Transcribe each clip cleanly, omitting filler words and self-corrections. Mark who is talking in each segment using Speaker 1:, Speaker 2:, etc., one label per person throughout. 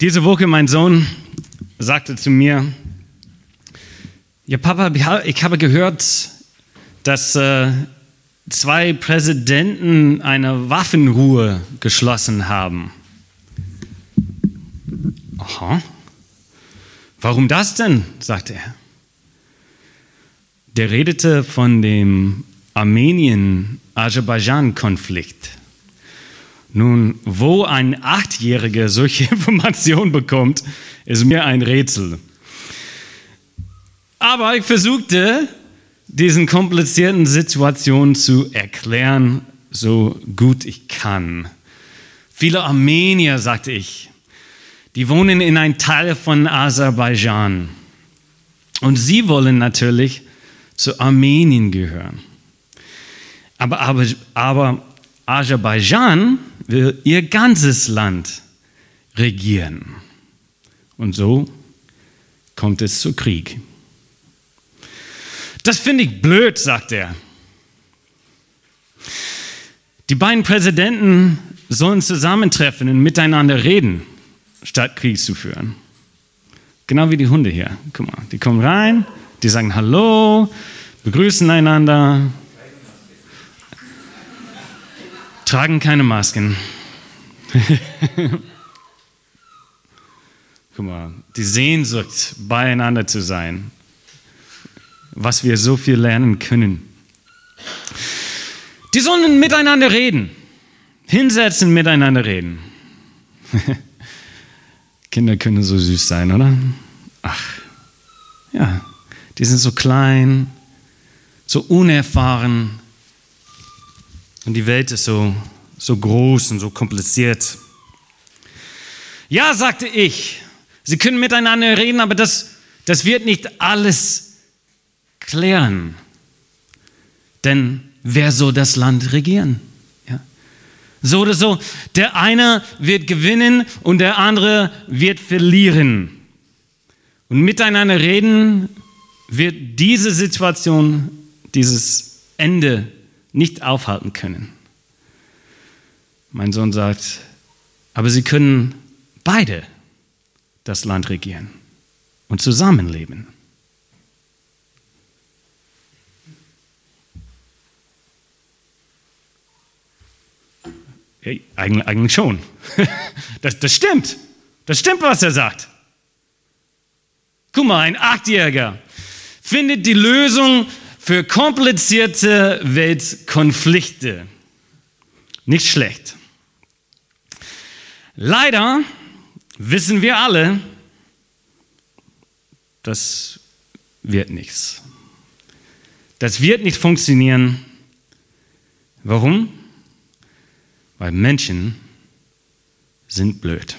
Speaker 1: Diese Woche mein Sohn sagte zu mir, ja Papa, ich habe gehört, dass 2 Präsidenten eine Waffenruhe geschlossen haben. Aha. Warum das denn? Sagte er. Der redete von dem Armenien-Aserbaidschan-Konflikt. Nun, wo ein 8-Jähriger solche Informationen bekommt, ist mir ein Rätsel. Aber ich versuchte, diesen komplizierten Situationen zu erklären, so gut ich kann. Viele Armenier, sagte ich, die wohnen in einem Teil von Aserbaidschan. Und sie wollen natürlich zu Armenien gehören. Aber Aserbaidschan will ihr ganzes Land regieren. Und so kommt es zu Krieg. Das finde ich blöd, sagt er. Die beiden Präsidenten sollen zusammentreffen und miteinander reden, statt Krieg zu führen. Genau wie die Hunde hier. Guck mal, die kommen rein, die sagen Hallo, begrüßen einander, tragen keine Masken. Guck mal, die Sehnsucht, beieinander zu sein, was wir so viel lernen können. Die sollen miteinander reden, hinsetzen, miteinander reden. Kinder können so süß sein, oder? Ach, ja, die sind so klein, so unerfahren und die Welt ist so groß und so kompliziert. Ja, sagte ich, sie können miteinander reden, aber das wird nicht alles klären. Denn wer soll das Land regieren? Ja. So oder so, der eine wird gewinnen und der andere wird verlieren. Und miteinander reden wird diese Situation, dieses Ende nicht aufhalten können. Mein Sohn sagt, aber sie können beide das Land regieren und zusammenleben. Hey, eigentlich schon. Das stimmt. Das stimmt, was er sagt. Guck mal, ein 8-Jähriger findet die Lösung für komplizierte Weltkonflikte. Nicht schlecht. Leider wissen wir alle, das wird nichts. Das wird nicht funktionieren. Warum? Weil Menschen sind blöd.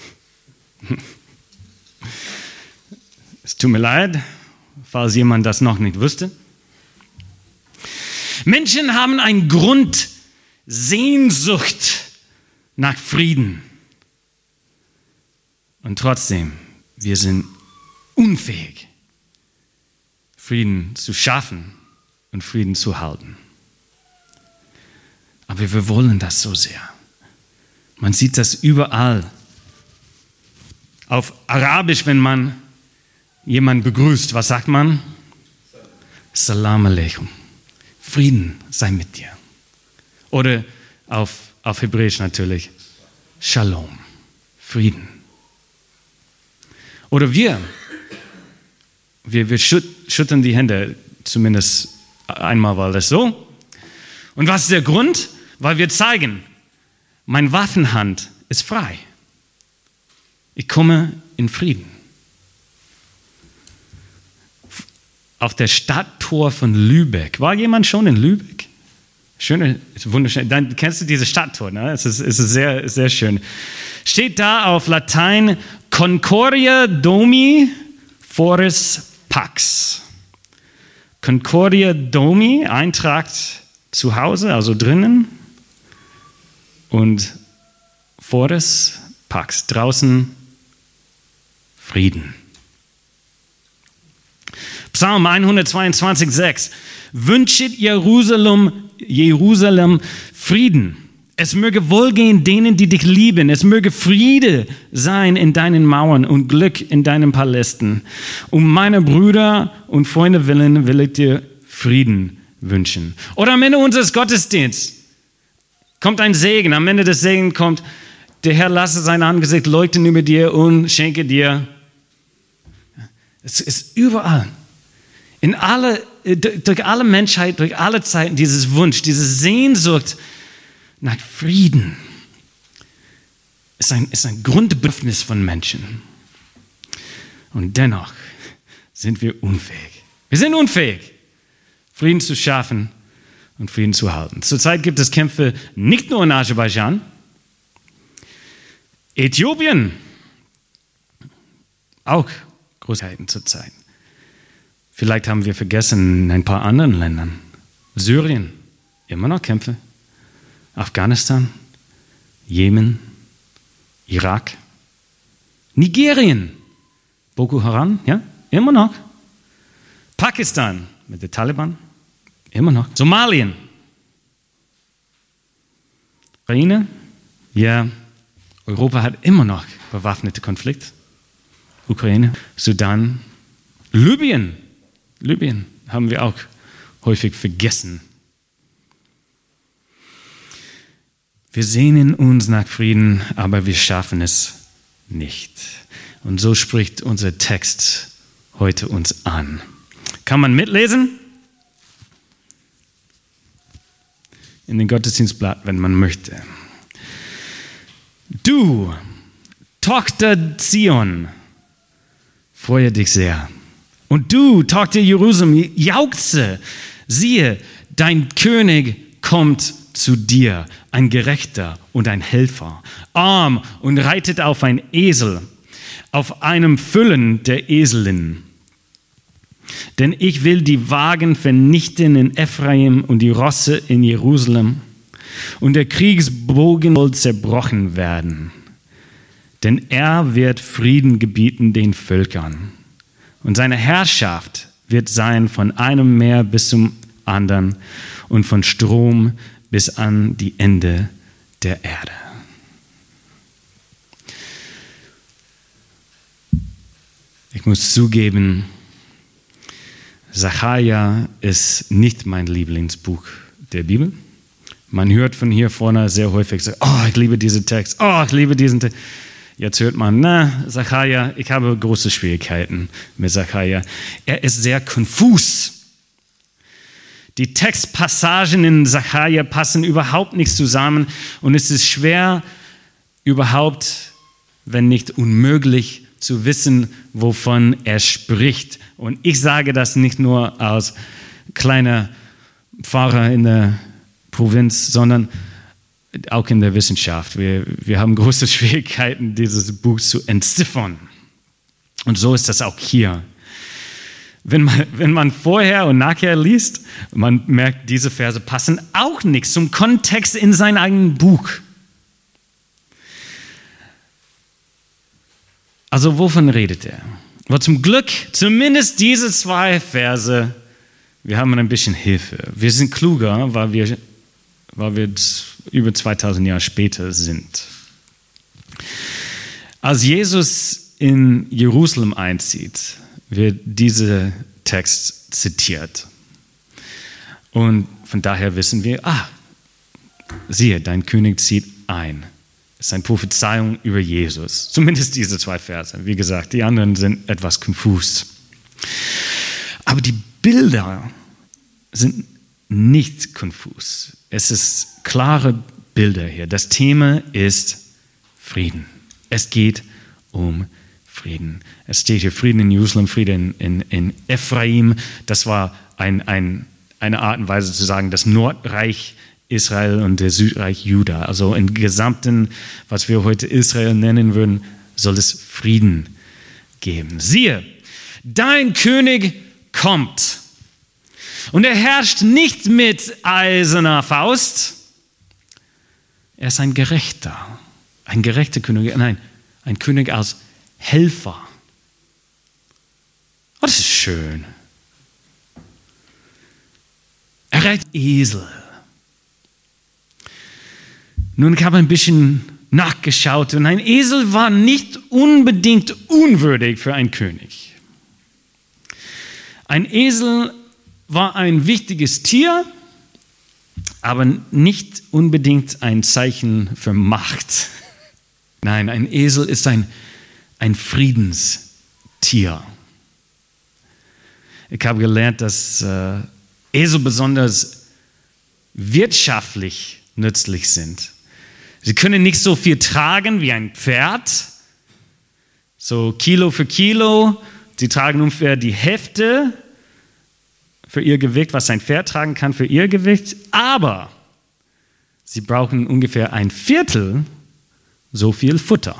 Speaker 1: Es tut mir leid, falls jemand das noch nicht wusste. Menschen haben eine Grundsehnsucht nach Frieden. Und trotzdem, wir sind unfähig, Frieden zu schaffen und Frieden zu halten. Aber wir wollen das so sehr. Man sieht das überall. Auf Arabisch, wenn man jemanden begrüßt, was sagt man? Salam alaikum. Frieden sei mit dir. Oder auf Hebräisch natürlich, Shalom. Frieden. Oder wir schütteln die Hände, zumindest einmal war das so. Und was ist der Grund? Weil wir zeigen, meine Waffenhand ist frei. Ich komme in Frieden. Auf der Stadttor von Lübeck. War jemand schon in Lübeck? Schöne, wunderschön. Dann kennst du diese Stadttor, ne? Es ist sehr, sehr schön. Steht da auf Latein Concordia Domi Foris Pax. Concordia Domi, Eintracht zu Hause, also drinnen. Und Foris Pax, draußen Frieden. Psalm 122,6. Wünschet Jerusalem Frieden. Es möge wohlgehen denen, die dich lieben. Es möge Friede sein in deinen Mauern und Glück in deinen Palästen. Um meine Brüder und Freunde willen will ich dir Frieden wünschen. Oder am Ende unseres Gottesdienstes kommt ein Segen. Am Ende des Segens kommt, der Herr lasse sein Angesicht leuchten über dir und schenke dir. Es ist überall. Durch alle Menschheit, durch alle Zeiten, dieses Wunsch, diese Sehnsucht nach Frieden ist ein Grundbedürfnis von Menschen. Und dennoch sind wir unfähig. Wir sind unfähig, Frieden zu schaffen und Frieden zu halten. Zurzeit gibt es Kämpfe nicht nur in Aserbaidschan, Äthiopien, auch Großheiten zurzeit. Vielleicht haben wir vergessen in ein paar anderen Ländern. Syrien, immer noch Kämpfe. Afghanistan, Jemen, Irak, Nigerien, Boko Haram, ja, immer noch. Pakistan mit den Taliban, immer noch. Somalien, Ukraine, ja, Europa hat immer noch bewaffnete Konflikt. Ukraine, Sudan, Libyen haben wir auch häufig vergessen. Wir sehnen uns nach Frieden, aber wir schaffen es nicht. Und so spricht unser Text heute uns an. Kann man mitlesen? In den Gottesdienstblatt, wenn man möchte. Du, Tochter Zion, freue dich sehr. Und du, Tochter Jerusalem, jauchze. Siehe, dein König kommt zu dir, ein Gerechter und ein Helfer, arm und reitet auf ein Esel, auf einem Füllen der Eselin. Denn ich will die Wagen vernichten in Ephraim und die Rosse in Jerusalem, und der Kriegsbogen soll zerbrochen werden. Denn er wird Frieden gebieten den Völkern, und seine Herrschaft wird sein von einem Meer bis zum anderen und von Strom bis an die Ende der Erde. Ich muss zugeben, Sacharja ist nicht mein Lieblingsbuch der Bibel. Man hört von hier vorne sehr häufig, oh, ich liebe diesen Text, oh, ich liebe diesen Text. Jetzt hört man, Sacharja, ich habe große Schwierigkeiten mit Sacharja. Er ist sehr konfus. Die Textpassagen in Sacharja passen überhaupt nicht zusammen und es ist schwer, überhaupt, wenn nicht unmöglich, zu wissen, wovon er spricht. Und ich sage das nicht nur als kleiner Pfarrer in der Provinz, sondern auch in der Wissenschaft. Wir haben große Schwierigkeiten, dieses Buch zu entziffern. Und so ist das auch hier. Wenn man vorher und nachher liest, man merkt, diese Verse passen auch nicht zum Kontext in seinem eigenen Buch. Also wovon redet er? Aber zum Glück, zumindest diese 2 Verse, wir haben ein bisschen Hilfe. Wir sind kluger, weil wir über 2000 Jahre später sind. Als Jesus in Jerusalem einzieht, wird dieser Text zitiert. Und von daher wissen wir, siehe, dein König zieht ein. Das ist eine Prophezeiung über Jesus. Zumindest diese 2 Verse. Wie gesagt, die anderen sind etwas konfus. Aber die Bilder sind nicht konfus. Es ist klare Bilder hier. Das Thema ist Frieden. Es geht um Frieden. Es steht hier Frieden in Jerusalem, Frieden in Ephraim. Das war eine Art und Weise zu sagen, das Nordreich Israel und der Südreich Juda. Also im Gesamten, was wir heute Israel nennen würden, soll es Frieden geben. Siehe, dein König kommt. Und er herrscht nicht mit eiserner Faust. Er ist ein gerechter König. Nein, ein König als Helfer. Oh, das ist schön. Er reitet Esel. Nun, ich habe ein bisschen nachgeschaut und ein Esel war nicht unbedingt unwürdig für einen König. Ein Esel war ein wichtiges Tier, aber nicht unbedingt ein Zeichen für Macht. Nein, ein Esel ist ein Friedenstier. Ich habe gelernt, dass Esel besonders wirtschaftlich nützlich sind. Sie können nicht so viel tragen wie ein Pferd, so Kilo für Kilo. Sie tragen ungefähr die Hälfte für ihr Gewicht, was ein Pferd tragen kann für ihr Gewicht, aber sie brauchen ungefähr ein Viertel so viel Futter.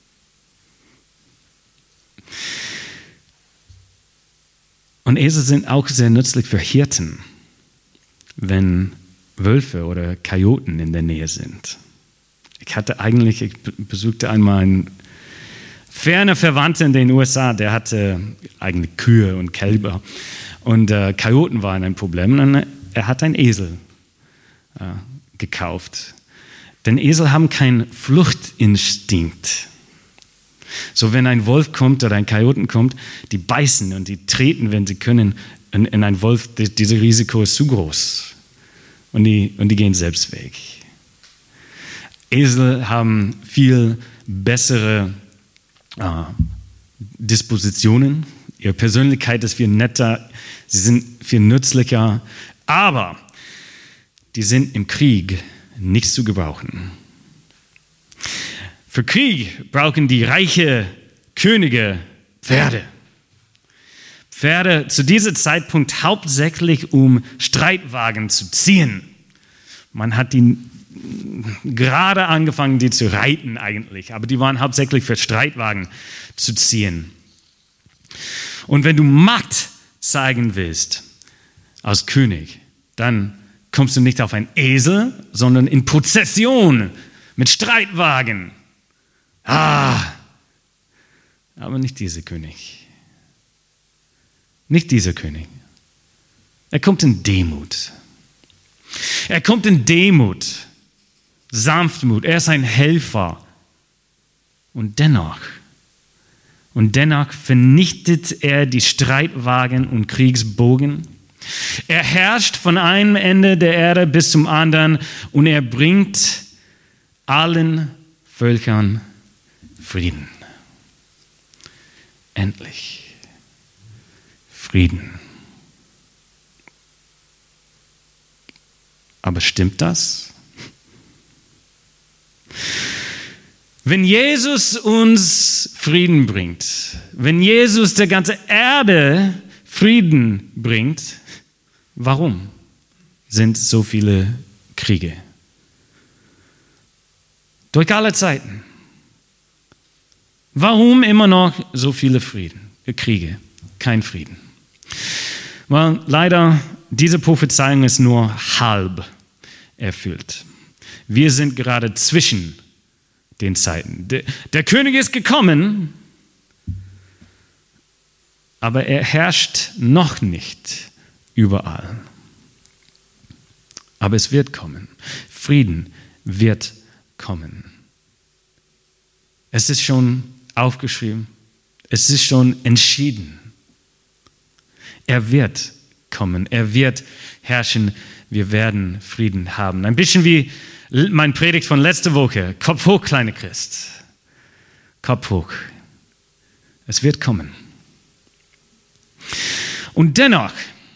Speaker 1: Und Esel sind auch sehr nützlich für Hirten, wenn Wölfe oder Kojoten in der Nähe sind. Ich besuchte einmal einen fernen Verwandten in den USA, der hatte eigene Kühe und Kälber. Und Kojoten waren ein Problem. Und er hat einen Esel gekauft. Denn Esel haben keinen Fluchtinstinkt. So, wenn ein Wolf kommt oder ein Kojoten kommt, die beißen und die treten, wenn sie können, in einen Wolf. Dieses Risiko ist zu groß. Und die gehen selbst weg. Esel haben viel bessere Dispositionen. Ihre Persönlichkeit ist viel netter. Sie sind viel nützlicher. Aber die sind im Krieg nicht zu gebrauchen. Für Krieg brauchen die reiche Könige Pferde. Pferde zu diesem Zeitpunkt hauptsächlich, um Streitwagen zu ziehen. Man hat die gerade angefangen, die zu reiten eigentlich, aber die waren hauptsächlich für Streitwagen zu ziehen. Und wenn du Macht zeigen willst als König, dann kommst du nicht auf einen Esel, sondern in Prozession mit Streitwagen. Aber nicht dieser König. Nicht dieser König. Er kommt in Demut. Er kommt in Demut, Sanftmut. Er ist ein Helfer. Und dennoch vernichtet er die Streitwagen und Kriegsbogen. Er herrscht von einem Ende der Erde bis zum anderen und er bringt allen Völkern Frieden. Endlich Frieden. Aber stimmt das? Wenn Jesus uns Frieden bringt, wenn Jesus der ganzen Erde Frieden bringt, warum sind so viele Kriege? Durch alle Zeiten. Warum immer noch so viele Kriege? Kein Frieden. Weil leider diese Prophezeiung ist nur halb erfüllt. Wir sind gerade zwischen den Zeiten. Der König ist gekommen, aber er herrscht noch nicht überall. Aber es wird kommen. Frieden wird kommen. Es ist schon aufgeschrieben. Es ist schon entschieden. Er wird kommen. Er wird herrschen. Wir werden Frieden haben. Ein bisschen wie mein Predigt von letzter Woche. Kopf hoch, kleiner Christ. Kopf hoch. Es wird kommen. Und dennoch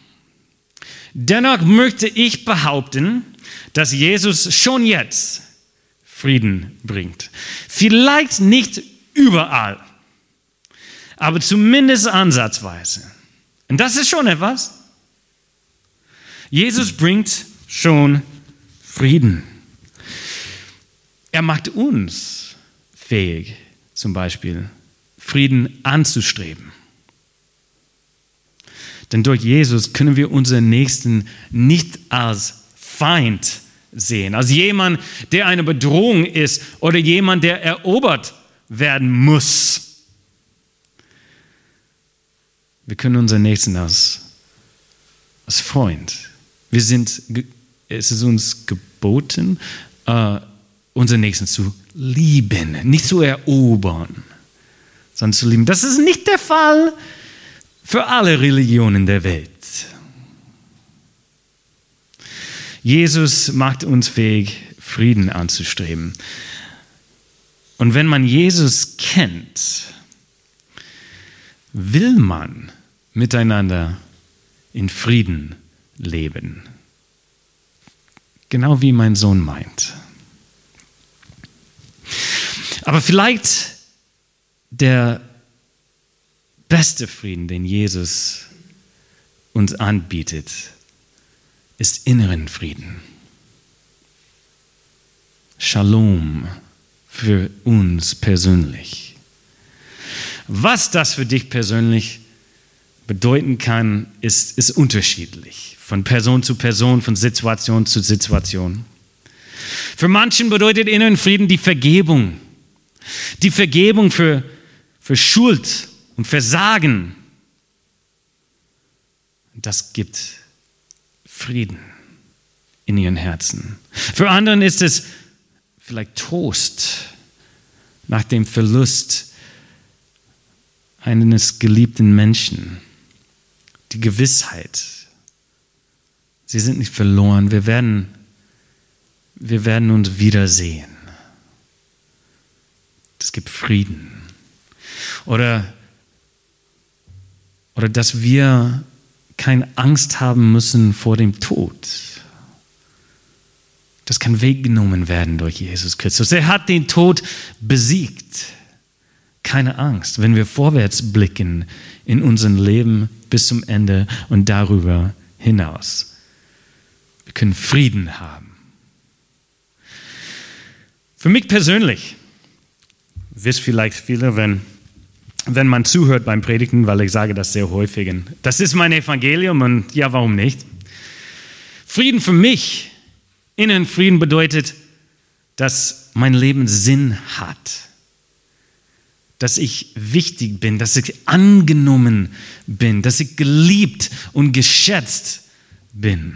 Speaker 1: möchte ich behaupten, dass Jesus schon jetzt Frieden bringt. Vielleicht nicht überall, aber zumindest ansatzweise. Und das ist schon etwas. Jesus bringt schon Frieden. Er macht uns fähig, zum Beispiel Frieden anzustreben. Denn durch Jesus können wir unseren Nächsten nicht als Feind sehen, als jemand, der eine Bedrohung ist oder jemand, der erobert werden muss. Wir können unseren Nächsten als Freund. Es ist uns geboten, unseren Nächsten zu lieben, nicht zu erobern, sondern zu lieben. Das ist nicht der Fall für alle Religionen der Welt. Jesus macht uns fähig, Frieden anzustreben. Und wenn man Jesus kennt, will man miteinander in Frieden leben. Genau wie mein Sohn meint. Aber vielleicht der beste Frieden, den Jesus uns anbietet, ist inneren Frieden. Shalom für uns persönlich. Was das für dich persönlich bedeuten kann, ist unterschiedlich. Von Person zu Person, von Situation zu Situation. Für manchen bedeutet inneren Frieden die Vergebung. Die Vergebung für Schuld und Versagen. Das gibt Frieden in ihren Herzen. Für anderen ist es vielleicht Trost nach dem Verlust eines geliebten Menschen. Die Gewissheit, sie sind nicht verloren, wir werden uns wiedersehen. Es gibt Frieden. Oder dass wir keine Angst haben müssen vor dem Tod. Das kann weggenommen werden durch Jesus Christus. Er hat den Tod besiegt. Keine Angst, wenn wir vorwärts blicken in unserem Leben bis zum Ende und darüber hinaus. Wir können Frieden haben. Für mich persönlich, wisst vielleicht viele, wenn man zuhört beim Predigen, weil ich sage das sehr häufig. Das ist mein Evangelium und ja, warum nicht? Frieden für mich, inneren Frieden bedeutet, dass mein Leben Sinn hat. Dass ich wichtig bin, dass ich angenommen bin, dass ich geliebt und geschätzt bin.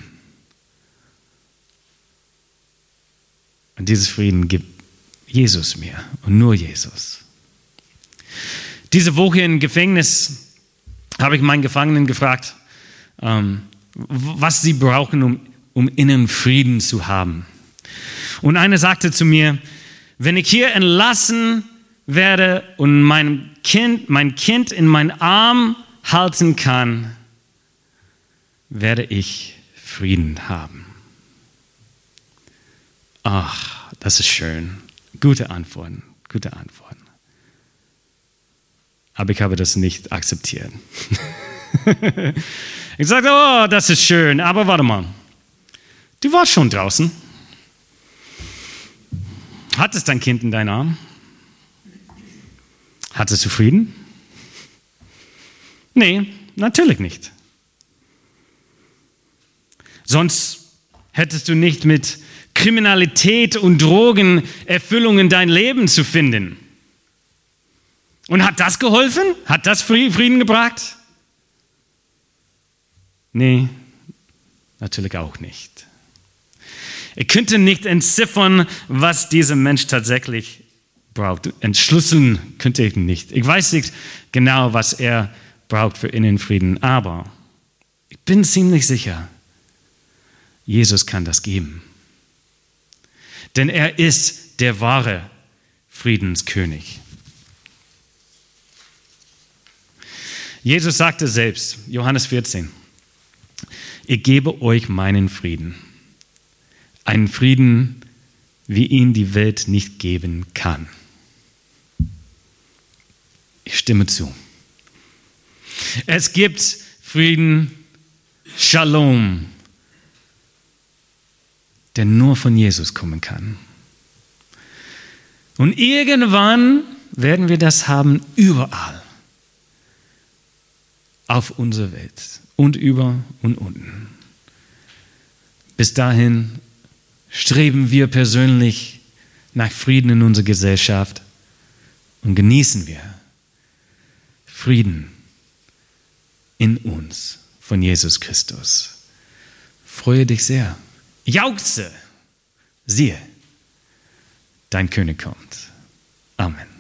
Speaker 1: Und dieses Frieden gibt Jesus mir und nur Jesus. Diese Woche im Gefängnis habe ich meinen Gefangenen gefragt, was sie brauchen, um inneren Frieden zu haben. Und einer sagte zu mir, wenn ich hier entlassen werde und mein Kind in meinen Arm halten kann, werde ich Frieden haben. Ach, das ist schön. Gute Antworten. Aber ich habe das nicht akzeptiert. Ich sagte, oh, das ist schön, aber warte mal. Du warst schon draußen. Hattest dein Kind in deinen Arm? Hattest du Frieden? Nee, natürlich nicht. Sonst hättest du nicht mit Kriminalität und Drogen Erfüllung in dein Leben zu finden. Und hat das geholfen? Hat das Frieden gebracht? Nee, natürlich auch nicht. Ich könnte nicht entziffern, was dieser Mensch tatsächlich braucht. Entschlüsseln könnte ich nicht. Ich weiß nicht genau, was er braucht für Innenfrieden, aber ich bin ziemlich sicher, Jesus kann das geben. Denn er ist der wahre Friedenskönig. Jesus sagte selbst, Johannes 14, ich gebe euch meinen Frieden. Einen Frieden, wie ihn die Welt nicht geben kann. Ich stimme zu. Es gibt Frieden, Shalom, der nur von Jesus kommen kann. Und irgendwann werden wir das haben überall. Auf unserer Welt und über und unten. Bis dahin streben wir persönlich nach Frieden in unserer Gesellschaft und genießen wir Frieden in uns von Jesus Christus. Freue dich sehr. Jauchze. Siehe, dein König kommt. Amen.